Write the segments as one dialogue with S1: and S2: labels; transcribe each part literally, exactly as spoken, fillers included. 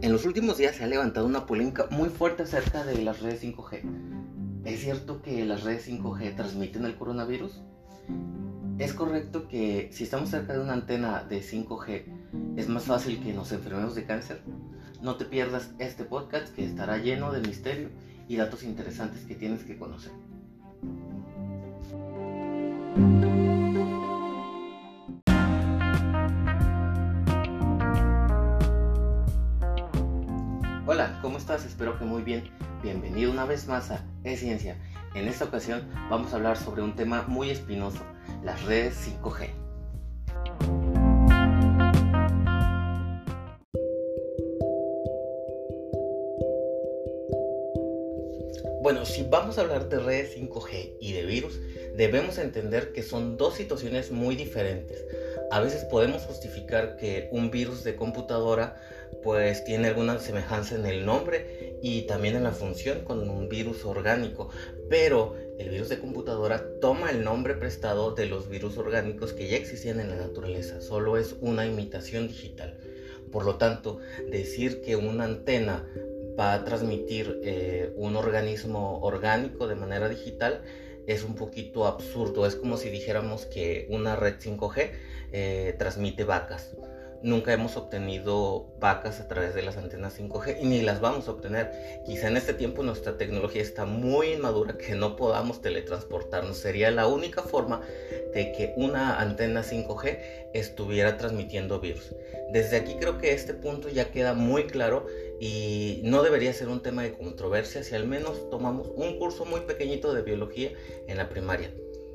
S1: En los últimos días se ha levantado una polémica muy fuerte acerca de las redes cinco G. ¿Es cierto que las redes cinco G transmiten el coronavirus? ¿Es correcto que si estamos cerca de una antena de cinco G es más fácil que nos enfermemos de cáncer? No te pierdas este podcast que estará lleno de misterio y datos interesantes que tienes que conocer. Hola, ¿cómo estás? Espero que muy bien. Bienvenido una vez más a Es Ciencia. En esta ocasión vamos a hablar sobre un tema muy espinoso, las redes cinco G. Bueno, si vamos a hablar de redes cinco G y de virus, debemos entender que son dos situaciones muy diferentes. A veces podemos justificar que un virus de computadora pues tiene alguna semejanza en el nombre y también en la función con un virus orgánico, pero el virus de computadora toma el nombre prestado de los virus orgánicos que ya existían en la naturaleza, solo es una imitación digital. Por lo tanto, decir que una antena va a transmitir eh, un organismo orgánico de manera digital es un poquito absurdo. Es como si dijéramos que una red cinco G eh, transmite vacas. Nunca hemos obtenido vacas a través de las antenas cinco G y ni las vamos a obtener. Quizá en este tiempo nuestra tecnología está muy inmadura que no podamos teletransportarnos. Sería la única forma de que una antena cinco G estuviera transmitiendo virus. Desde aquí creo que este punto ya queda muy claro y no debería ser un tema de controversia si al menos tomamos un curso muy pequeñito de biología en la primaria.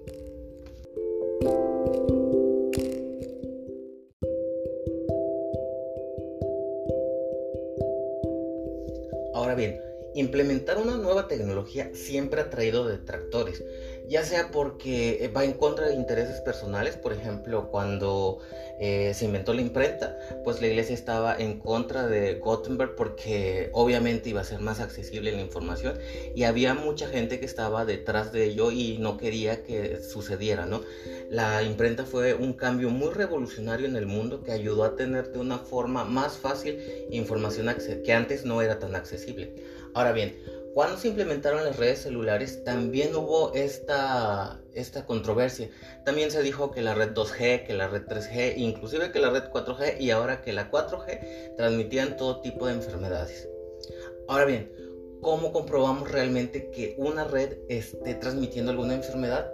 S1: Ahora bien, implementar una nueva tecnología siempre ha traído detractores, ya sea porque va en contra de intereses personales. Por ejemplo, cuando eh, se inventó la imprenta, pues la iglesia estaba en contra de Gutenberg porque obviamente iba a ser más accesible la información y había mucha gente que estaba detrás de ello y no quería que sucediera, ¿no? La imprenta fue un cambio muy revolucionario en el mundo que ayudó a tener de una forma más fácil información que antes no era tan accesible. Ahora bien, cuando se implementaron las redes celulares también hubo esta, esta controversia. También se dijo que la red dos G, que la red tres G, inclusive que la red cuatro G y ahora que la cuatro G transmitían todo tipo de enfermedades. Ahora bien, ¿cómo comprobamos realmente que una red esté transmitiendo alguna enfermedad?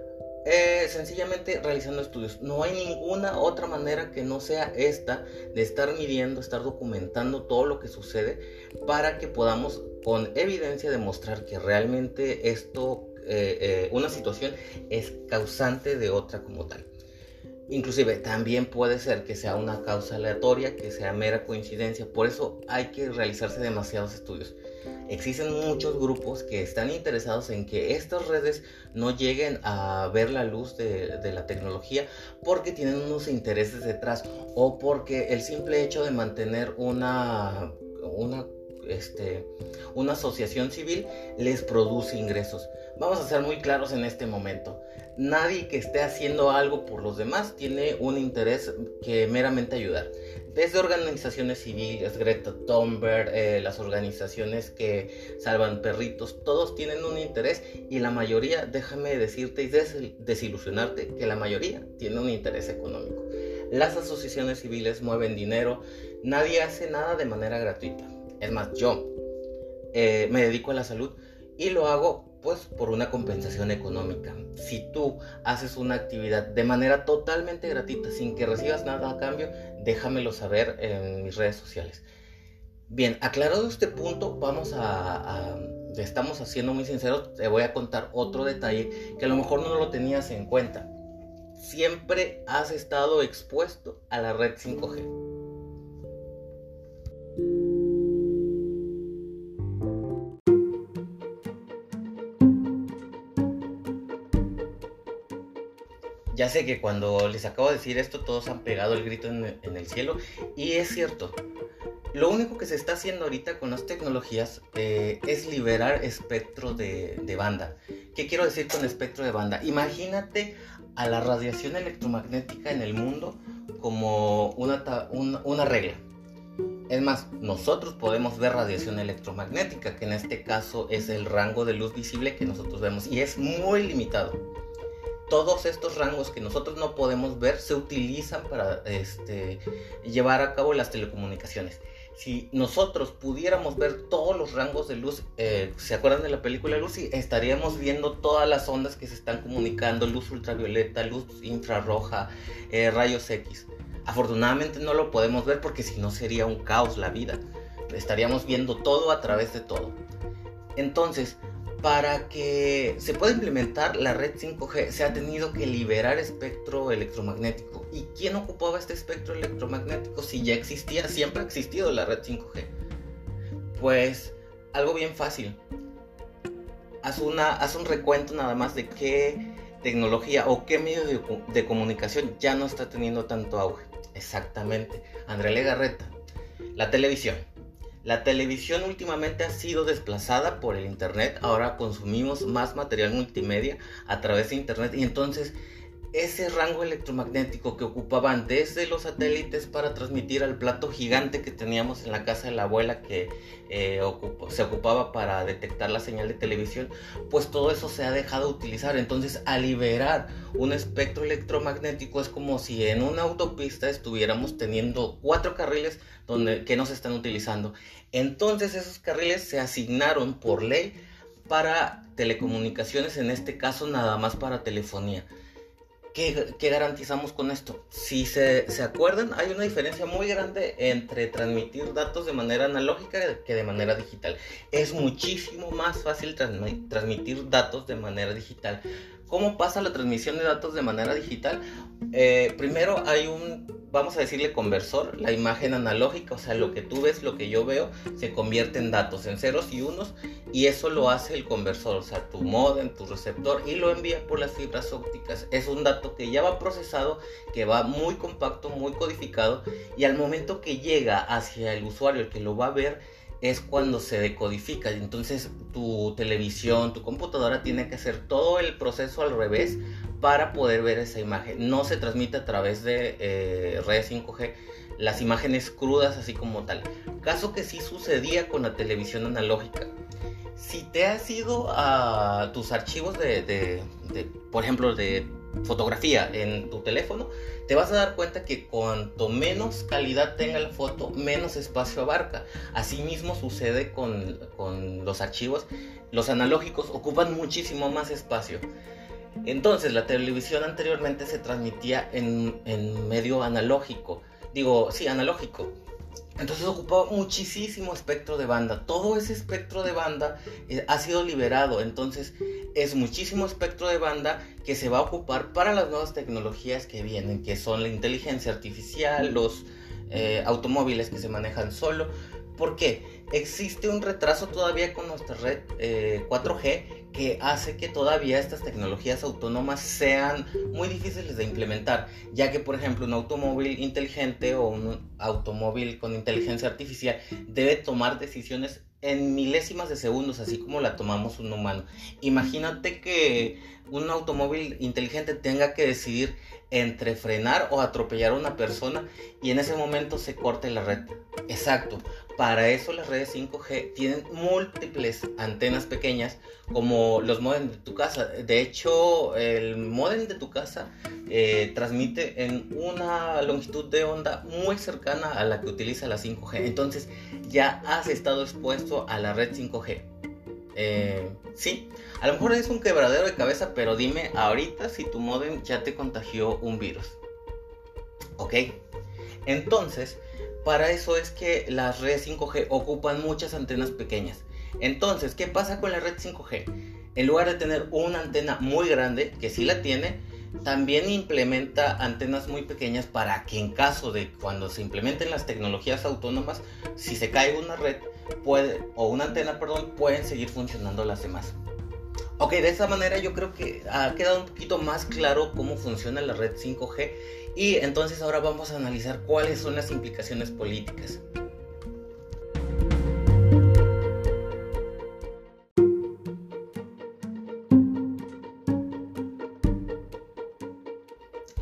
S1: Eh, sencillamente realizando estudios. No hay ninguna otra manera que no sea esta de estar midiendo, estar documentando todo lo que sucede para que podamos con evidencia demostrar que realmente esto, eh, eh, una situación es causante de otra como tal. Inclusive también puede ser que sea una causa aleatoria, que sea mera coincidencia. Por eso hay que realizarse demasiados estudios. Existen muchos grupos que están interesados en que estas redes no lleguen a ver la luz de, de la tecnología porque tienen unos intereses detrás o porque el simple hecho de mantener una, una, este, una asociación civil les produce ingresos. Vamos a ser muy claros en este momento. Nadie que esté haciendo algo por los demás tiene un interés que meramente ayudar. Desde organizaciones civiles, Greta Thunberg, eh, las organizaciones que salvan perritos, todos tienen un interés y la mayoría, déjame decirte y des- desilusionarte, que la mayoría tiene un interés económico. Las asociaciones civiles mueven dinero, nadie hace nada de manera gratuita. Es más, yo eh, me dedico a la salud y lo hago pues por una compensación económica. Si tú haces una actividad de manera totalmente gratuita sin que recibas nada a cambio, déjamelo saber en mis redes sociales. Bien, aclarado este punto, vamos a, a estamos siendo muy sinceros, te voy a contar otro detalle que a lo mejor no lo tenías en cuenta. Siempre has estado expuesto a la red cinco G. Ya sé que cuando les acabo de decir esto todos han pegado el grito en el, en el cielo y es cierto. Lo único que se está haciendo ahorita con las tecnologías eh, es liberar espectro de, de banda. ¿Qué quiero decir con espectro de banda? Imagínate a la radiación electromagnética en el mundo como una, ta- un, una regla. Es más, nosotros podemos ver radiación electromagnética, que en este caso es el rango de luz visible que nosotros vemos y es muy limitado. Todos estos rangos que nosotros no podemos ver se utilizan para este, llevar a cabo las telecomunicaciones. Si nosotros pudiéramos ver todos los rangos de luz, eh, ¿se acuerdan de la película Lucy? Estaríamos viendo todas las ondas que se están comunicando, luz ultravioleta, luz infrarroja, eh, rayos X. Afortunadamente no lo podemos ver porque si no sería un caos la vida. Estaríamos viendo todo a través de todo. Entonces, para que se pueda implementar la red cinco G, se ha tenido que liberar espectro electromagnético. ¿Y quién ocupaba este espectro electromagnético si ya existía, siempre ha existido la red cinco G? Pues algo bien fácil. Haz, una, haz un recuento nada más de qué tecnología o qué medio de, de comunicación ya no está teniendo tanto auge. Exactamente, Andrea Legarreta, la televisión. La televisión últimamente ha sido desplazada por el internet. Ahora consumimos más material multimedia a través de internet y entonces ese rango electromagnético que ocupaban desde los satélites para transmitir al plato gigante que teníamos en la casa de la abuela que eh, ocupó, se ocupaba para detectar la señal de televisión, pues todo eso se ha dejado de utilizar. Entonces, al liberar un espectro electromagnético es como si en una autopista estuviéramos teniendo cuatro carriles donde, que no se están utilizando. Entonces esos carriles se asignaron por ley para telecomunicaciones, en este caso nada más para telefonía. ¿Qué, ¿Qué garantizamos con esto? Si se, se acuerdan, hay una diferencia muy grande entre transmitir datos de manera analógica que de manera digital. Es muchísimo más fácil transmi- transmitir datos de manera digital. ¿Cómo pasa la transmisión de datos de manera digital? Eh, primero hay un, vamos a decirle conversor, la imagen analógica, o sea, lo que tú ves, lo que yo veo, se convierte en datos, en ceros y unos, y eso lo hace el conversor, o sea, tu módem, tu receptor, y lo envía por las fibras ópticas. Es un dato que ya va procesado, que va muy compacto, muy codificado, y al momento que llega hacia el usuario, el que lo va a ver, es cuando se decodifica. Entonces tu televisión, tu computadora tiene que hacer todo el proceso al revés para poder ver esa imagen. No se transmite a través de eh, redes cinco G las imágenes crudas así como tal. Caso que sí sucedía con la televisión analógica. Si te has ido a tus archivos de, de, de por ejemplo, de fotografía en tu teléfono, te vas a dar cuenta que cuanto menos calidad tenga la foto, menos espacio abarca. Asimismo sucede con, con los archivos. Los analógicos ocupan muchísimo más espacio. Entonces la televisión anteriormente se transmitía en, en medio analógico. Digo, sí, analógico. Entonces ocupaba muchísimo espectro de banda. Todo ese espectro de banda eh, ha sido liberado. Entonces es muchísimo espectro de banda que se va a ocupar para las nuevas tecnologías que vienen, que son la inteligencia artificial, los eh, automóviles que se manejan solo. ¿Por qué? Existe un retraso todavía con nuestra red eh, cuatro G que hace que todavía estas tecnologías autónomas sean muy difíciles de implementar, ya que por ejemplo un automóvil inteligente o un automóvil con inteligencia artificial debe tomar decisiones en milésimas de segundos, así como la tomamos un humano. Imagínate que un automóvil inteligente tenga que decidir entre frenar o atropellar a una persona y en ese momento se corte la red. Exacto. Para eso las redes cinco G tienen múltiples antenas pequeñas como los módems de tu casa. De hecho, el módem de tu casa eh, transmite en una longitud de onda muy cercana a la que utiliza la cinco G. Entonces ya has estado expuesto a la red cinco G. Eh, sí, a lo mejor es un quebradero de cabeza, pero dime ahorita si tu módem ya te contagió un virus. Ok, entonces para eso es que las redes cinco G ocupan muchas antenas pequeñas. Entonces, ¿qué pasa con la red cinco G? En lugar de tener una antena muy grande, que sí la tiene, también implementa antenas muy pequeñas para que en caso de cuando se implementen las tecnologías autónomas, si se cae una red puede, o una antena, perdón, pueden seguir funcionando las demás. Ok, de esa manera yo creo que ha quedado un poquito más claro cómo funciona la red cinco G y entonces ahora vamos a analizar cuáles son las implicaciones políticas. Mira,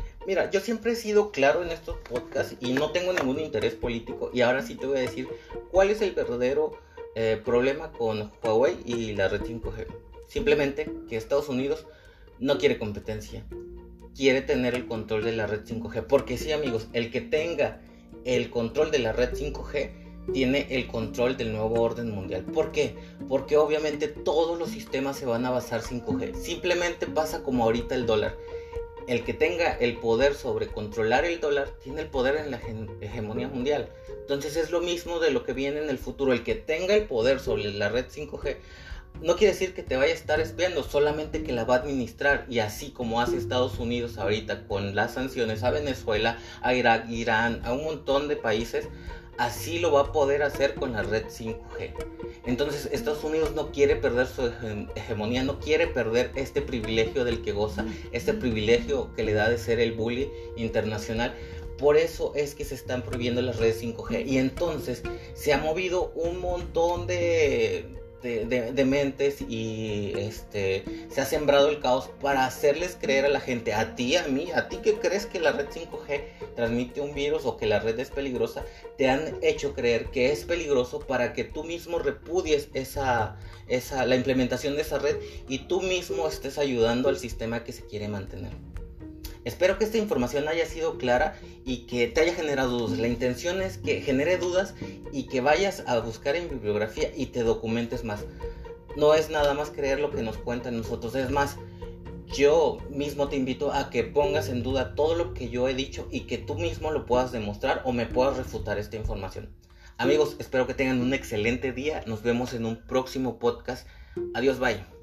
S1: yo siempre he sido claro en estos podcasts y no tengo ningún interés político, y ahora sí te voy a decir cuál es el verdadero eh, problema con Huawei y la red cinco G. Simplemente que Estados Unidos no quiere competencia, quiere tener el control de la red cinco G, porque sí, amigos, el que tenga el control de la red cinco G tiene el control del nuevo orden mundial. ¿Por qué? Porque obviamente todos los sistemas se van a basar cinco G. Simplemente pasa como ahorita el dólar. El que tenga el poder sobre controlar el dólar tiene el poder en la hegemonía mundial. Entonces es lo mismo de lo que viene en el futuro. El que tenga el poder sobre la red cinco G no quiere decir que te vaya a estar espiando, solamente que la va a administrar. Y así como hace Estados Unidos ahorita con las sanciones a Venezuela, a Irak, Irán, a un montón de países, así lo va a poder hacer con la red cinco G. Entonces Estados Unidos no quiere perder su hege- hegemonía, no quiere perder este privilegio del que goza, este privilegio que le da de ser el bully internacional. Por eso es que se están prohibiendo las redes cinco G. Y entonces se ha movido un montón de... De, de, de mentes y este se ha sembrado el caos para hacerles creer a la gente, a ti, a mí, a ti que crees que la red cinco G transmite un virus o que la red es peligrosa, te han hecho creer que es peligroso para que tú mismo repudies esa, esa, la implementación de esa red y tú mismo estés ayudando al sistema que se quiere mantener. Espero que esta información haya sido clara y que te haya generado dudas. La intención es que genere dudas y que vayas a buscar en bibliografía y te documentes más. No es nada más creer lo que nos cuentan nosotros. Es más, yo mismo te invito a que pongas en duda todo lo que yo he dicho y que tú mismo lo puedas demostrar o me puedas refutar esta información. Amigos, espero que tengan un excelente día. Nos vemos en un próximo podcast. Adiós, bye.